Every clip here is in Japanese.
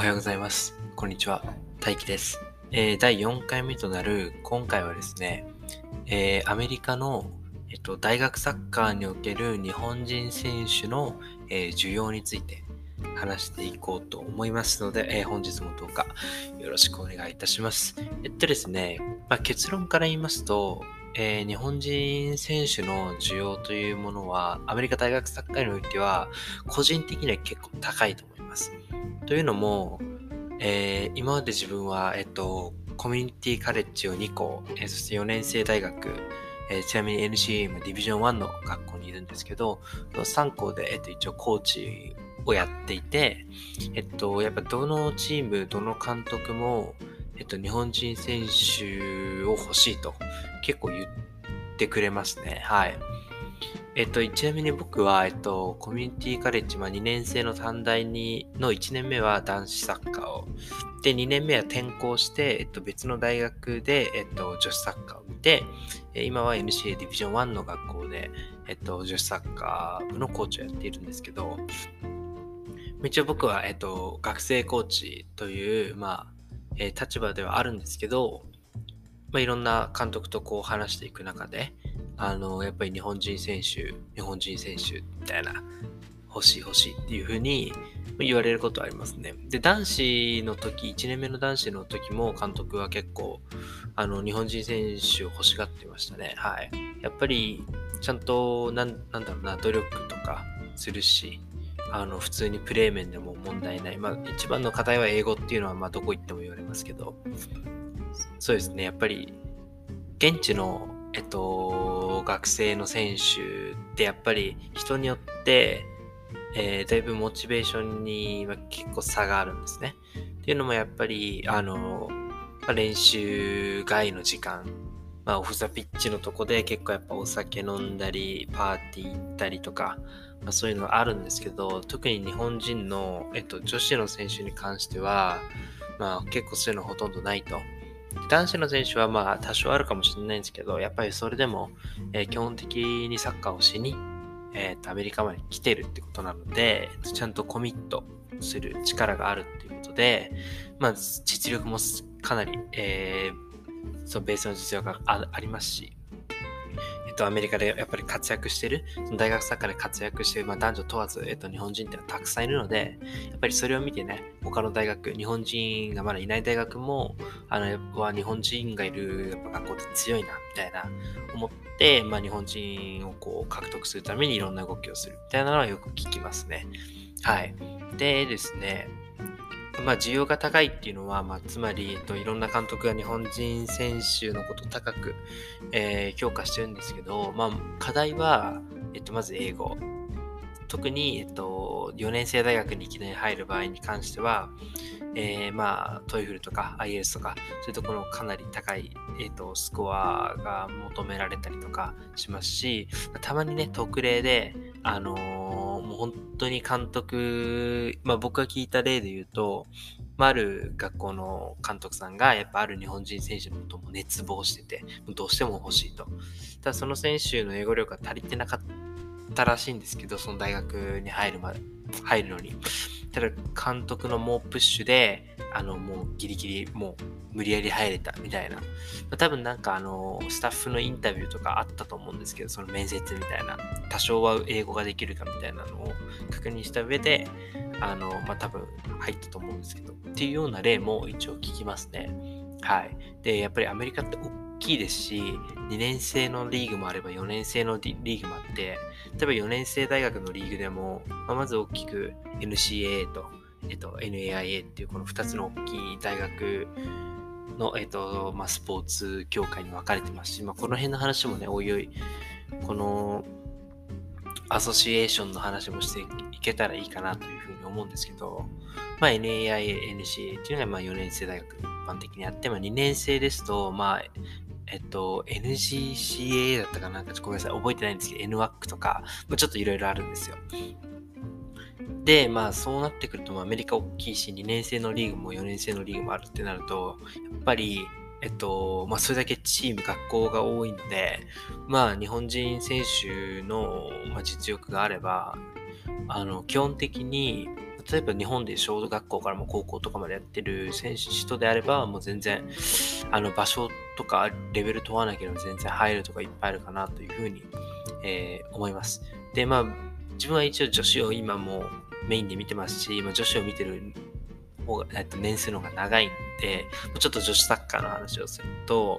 はようございます。こんにちは。大輝です。第4回目となる今回はですね、アメリカの、大学サッカーにおける日本人選手の、需要について話していこうと思いますので、本日もどうかよろしくお願いいたします。ですね、結論から言いますと、日本人選手の需要というものは、アメリカ大学サッカーにおいては、個人的には結構高いと思います。というのも、今まで自分は、コミュニティカレッジを2校、そして4年生大学、ちなみに NCAA もディビジョン1の学校にいるんですけど、3校で、一応コーチをやっていて、やっぱどのチーム、どの監督も、日本人選手を欲しいと結構言ってくれますね。はい。ちなみに僕は、コミュニティカレッジ、2年生の短大の1年目は男子サッカーを、で、2年目は転校して、別の大学で、女子サッカーを見て、今は NCAA ディビジョン1の学校で、女子サッカー部のコーチをやっているんですけど、一応僕は、学生コーチという、立場ではあるんですけど、いろんな監督とこう話していく中で、やっぱり日本人選手みたいな、欲しいっていう風に言われることはありますね。で、男子の時、1年目の男子の時も監督は結構、日本人選手を欲しがってましたね。はい。やっぱり、ちゃんと、なんだろうな、努力とかするし、普通にプレー面でも問題ない。一番の課題は英語っていうのは、どこ行っても言われますけど、そうですね、やっぱり、現地の、学生の選手ってやっぱり人によって、だいぶモチベーションには結構差があるんですね。っていうのもやっぱり、練習外の時間、オフザピッチのとこで結構やっぱお酒飲んだり、パーティー行ったりとか、そういうのあるんですけど、特に日本人の、女子の選手に関しては、結構そういうのほとんどないと。男子の選手は多少あるかもしれないんですけど、やっぱりそれでも、基本的にサッカーをしに、アメリカまで来てるってことなので、ちゃんとコミットする力があるっていうことで、実力もかなり、そのベースの実力がありますし、アメリカでやっぱり活躍してる、その大学サッカーで活躍してる、男女問わず、日本人ってのはたくさんいるので、やっぱりそれを見てね、他の大学、日本人がまだいない大学も、日本人がいるやっぱ学校って強いな、みたいな、思って、日本人をこう獲得するためにいろんな動きをする、みたいなのはよく聞きますね。はい。でですね、需要が高いっていうのは、つまり、いろんな監督が日本人選手のことを高く、評価してるんですけど、課題は、まず英語。特に、4年生大学にいきなり入る場合に関しては、トイフルとか IELTS とか、そういうところかなり高い、スコアが求められたりとかしますし、たまにね、特例で、もう本当に監督、僕が聞いた例で言うと、ある学校の監督さんが、やっぱある日本人選手のことも熱望してて、どうしても欲しいと。ただその選手の英語力が足りてなかったらしいんですけど、その大学に入るのに。ただ監督の猛プッシュで、もうギリギリ、もう無理やり入れたみたいな。多分スタッフのインタビューとかあったと思うんですけど、その面接みたいな、多少は英語ができるかみたいなのを確認した上で、多分入ったと思うんですけど、っていうような例も一応聞きますね。はい。で、やっぱりアメリカって大きいですし、2年生のリーグもあれば4年生のリーグもあって、例えば4年生大学のリーグでも、まず大きく NCAA と、NAIA っていうこの2つの大きい大学の、スポーツ協会に分かれてますし、この辺の話もね、おいおい、このアソシエーションの話もしていけたらいいかなというふうに思うんですけど、NAIA、NCAA っていうのが4年生大学一般的にあって、2年生ですと、NGCA だったかな、ごめんなさい、覚えてないんですけど、NWAC とか、ちょっといろいろあるんですよ。で、そうなってくると、アメリカ大きいし、2年生のリーグも4年生のリーグもあるってなると、やっぱり、それだけチーム、学校が多いので、日本人選手の、実力があれば、基本的に、 例えば日本で小学校からも高校とかまでやってる人であれば、もう全然、場所とかレベル問わなければ全然入るとかいっぱいあるかなというふうに、思います。で、自分は一応女子を今もメインで見てますし、女子を見てる方が、年数の方が長いんで、ちょっと女子サッカーの話をすると、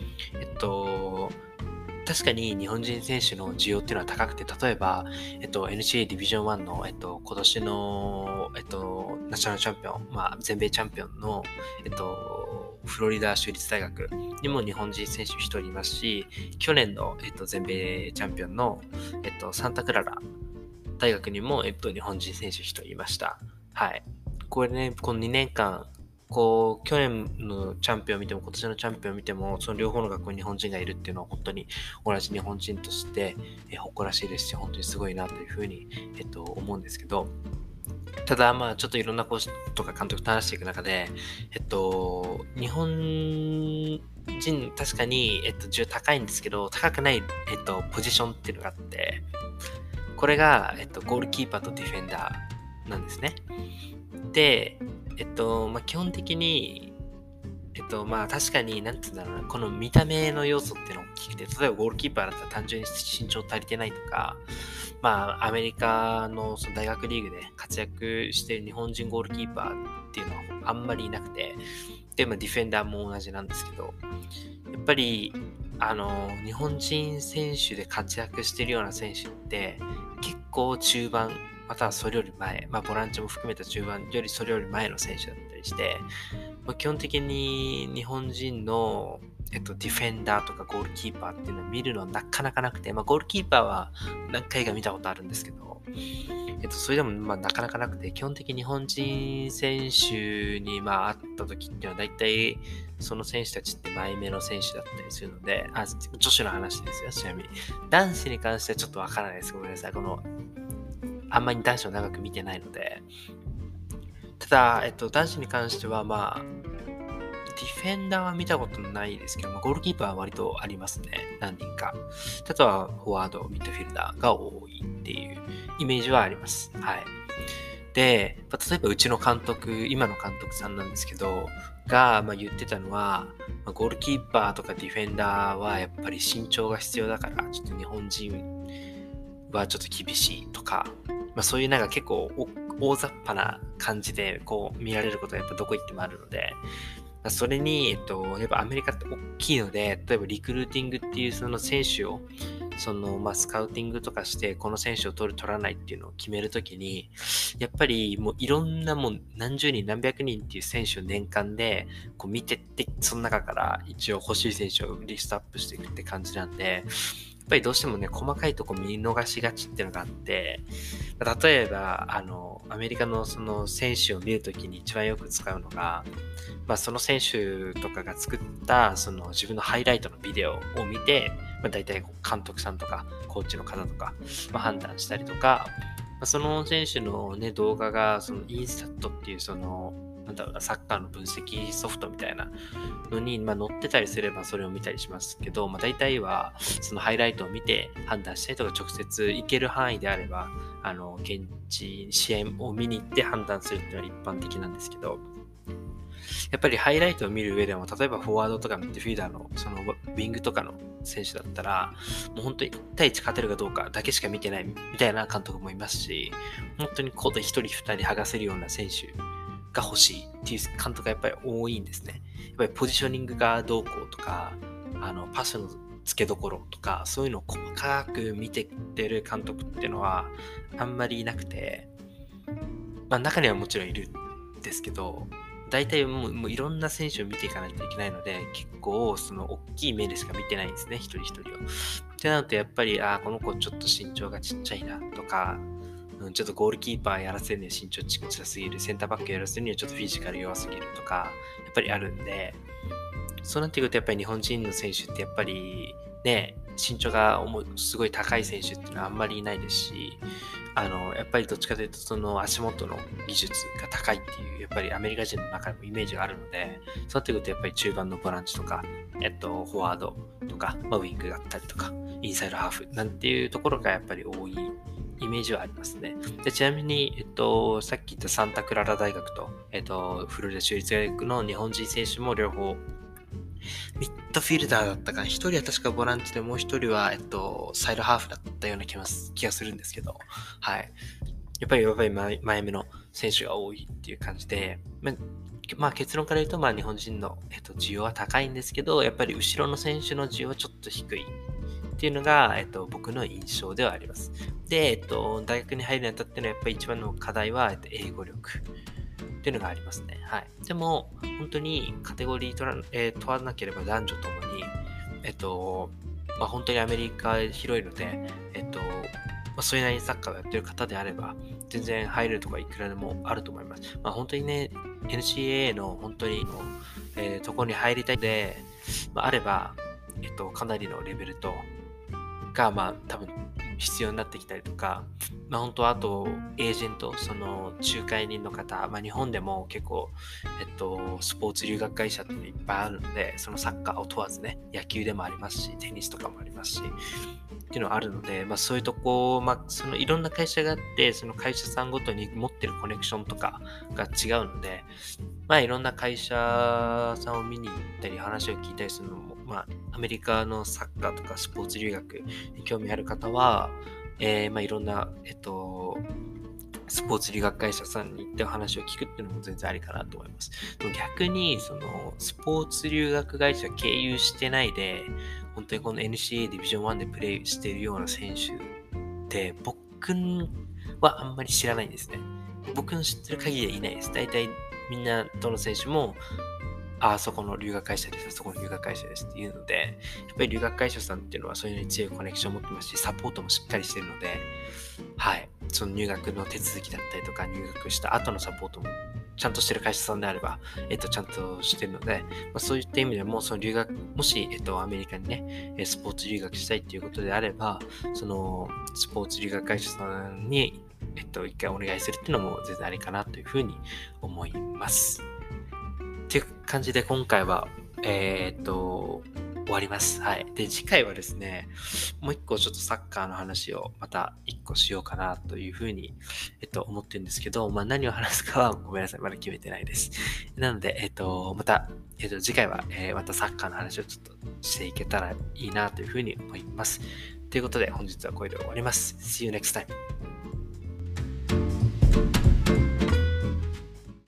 確かに日本人選手の需要っていうのは高くて、例えば、NCAA ディビジョン1の、今年の、ナショナルチャンピオン、全米チャンピオンの、フロリダ州立大学にも日本人選手1人いますし、去年の、全米チャンピオンの、サンタクララ大学にも、日本人選手1人いました。はい。これね、この2年間、去年のチャンピオンを見ても今年のチャンピオンを見ても、その両方の学校に日本人がいるっていうのは本当に同じ日本人として、誇らしいですし、本当にすごいなというふうに、思うんですけど、ただちょっといろんなコーチとか監督と話していく中で、日本人確かに、需要高いんですけど、高くない、ポジションっていうのがあって、これが、ゴールキーパーとディフェンダーなんですね。で、基本的に、確かに、なんていうんだろうな、この見た目の要素っていうのが大きくて、例えばゴールキーパーだったら単純に身長足りてないとか、アメリカのその大学リーグで活躍している日本人ゴールキーパーっていうのはあんまりいなくて、で、ディフェンダーも同じなんですけど、やっぱり、日本人選手で活躍しているような選手って、結構中盤、またはそれより前、ボランチも含めた中盤よりそれより前の選手だったりして、基本的に日本人の、ディフェンダーとかゴールキーパーっていうのを見るのはなかなかなくて、ゴールキーパーは何回か見たことあるんですけど、それでもなかなかなくて、基本的に日本人選手に会った時っていうのは大体その選手たちって前目の選手だったりするので、女子の話ですよ、ちなみに。男子に関してはちょっとわからないです。ごめんなさい。あんまり男子を長く見てないので。ただ、男子に関しては、ディフェンダーは見たことないですけど、ゴールキーパーは割とありますね。何人か。あとは、フォワード、ミッドフィルダーが多いっていうイメージはあります。はい。で、例えばうちの監督、今の監督さんなんですけど、が、言ってたのは、ゴールキーパーとかディフェンダーはやっぱり身長が必要だから、ちょっと日本人はちょっと厳しいとか、そういう結構大雑把な感じで見られることがやっぱどこ行ってもあるので、それに、やっぱアメリカって大きいので、例えばリクルーティングっていうその選手を、スカウティングとかして、この選手を取らないっていうのを決めるときに、やっぱりもういろんな何十人何百人っていう選手を年間で見てって、その中から一応欲しい選手をリストアップしていくって感じなんで、やっぱりどうしてもね、細かいとこ見逃しがちっていうのがあって、例えば、アメリカのその選手を見るときに一番よく使うのが、その選手とかが作ったその自分のハイライトのビデオを見て、大体監督さんとかコーチの方とか、判断したりとか、その選手のね、動画がそのインスタットっていうそのサッカーの分析ソフトみたいなのに、載ってたりすればそれを見たりしますけど、大体はそのハイライトを見て判断したりとか、直接行ける範囲であれば、現地試合を見に行って判断するっていうのは一般的なんですけど、やっぱりハイライトを見る上でも、例えばフォワードとかミッドフィーダーのそのウィングとかの選手だったら、もう本当に1対1勝てるかどうかだけしか見てないみたいな監督もいますし、本当にコート1人2人剥がせるような選手が欲しいっていう監督がやっぱり多いんですね。やっぱりポジショニングがどうこうとか、パスの付けどころとか、そういうのを細かく見てってる監督っていうのはあんまりいなくて、中にはもちろんいるんですけど、大体もういろんな選手を見ていかないといけないので、結構その大きい目でしか見てないんですね、一人一人を。ってなるとやっぱり、この子ちょっと身長がちっちゃいなとか、ちょっとゴールキーパーやらせるには身長ちっちゃすぎる、センターバックやらせるにはちょっとフィジカル弱すぎるとか、やっぱりあるんで、そうなってくるとやっぱり日本人の選手ってやっぱりね、身長がすごい高い選手っていうのはあんまりいないですし、やっぱりどっちかというとその足元の技術が高いっていう、やっぱりアメリカ人の中でもイメージがあるので、そうなってくるとやっぱり中盤のボランチとか、フォワードとか、ウィングだったりとか、インサイドハーフなんていうところがやっぱり多いイメージはありますね。でちなみに、さっき言ったサンタクララ大学と、フロリダ州立大学の日本人選手も両方、ミッドフィルダーだったかな。一人は確かボランチで、もう一人は、サイドハーフだったような気がするんですけど、はい。やっぱり前目の選手が多いっていう感じで、まあ結論から言うと、まあ日本人の、需要は高いんですけど、やっぱり後ろの選手の需要はちょっと低いっていうのが、僕の印象ではあります。で、大学に入るにあたってのやっぱり一番の課題は、英語力っていうのがありますね。はい。でも、本当にカテゴリー問わなければ男女ともに、本当にアメリカ広いので、それなりにサッカーをやってる方であれば、全然入れるとかいくらでもあると思います。本当にね、NCAA の本当にところに入りたいので、あれば、かなりのレベルが、多分必要になってきたりとか、本当はあと、エージェント、その仲介人の方、日本でも結構、スポーツ留学会社っていっぱいあるので、そのサッカーを問わずね、野球でもありますし、テニスとかもありますし、っていうのがあるので、そういうとこ、そのいろんな会社があって、その会社さんごとに持ってるコネクションとかが違うので、いろんな会社さんを見に行ったり、話を聞いたりするのも、アメリカのサッカーとかスポーツ留学に興味ある方は、いろんな、スポーツ留学会社さんに行ってお話を聞くっていうのも全然ありかなと思います。でも逆に、その、スポーツ留学会社経由してないで、本当にこの NCAA ディビジョン1でプレイしているような選手って、僕はあんまり知らないんですね。僕の知ってる限りはいないです。大体みんなどの選手も、そこの留学会社です、そこの留学会社ですっていうので、やっぱり留学会社さんっていうのはそういうのに強いコネクションを持ってますし、サポートもしっかりしてるので、はい、その入学の手続きだったりとか、入学した後のサポートもちゃんとしてる会社さんであれば、ちゃんとしてるので、そういった意味でも、その留学、もし、アメリカにね、スポーツ留学したいっていうことであれば、その、スポーツ留学会社さんに、一回お願いするっていうのも全然ありかなというふうに思います。っていう感じで今回は、終わります。はい。で、次回はですね、もう一個ちょっとサッカーの話をまた一個しようかなというふうに、思ってるんですけど、何を話すかはごめんなさい。まだ決めてないです。なので、また、次回は、またサッカーの話をちょっとしていけたらいいなというふうに思います。ということで、本日はこれで終わります。See you next time.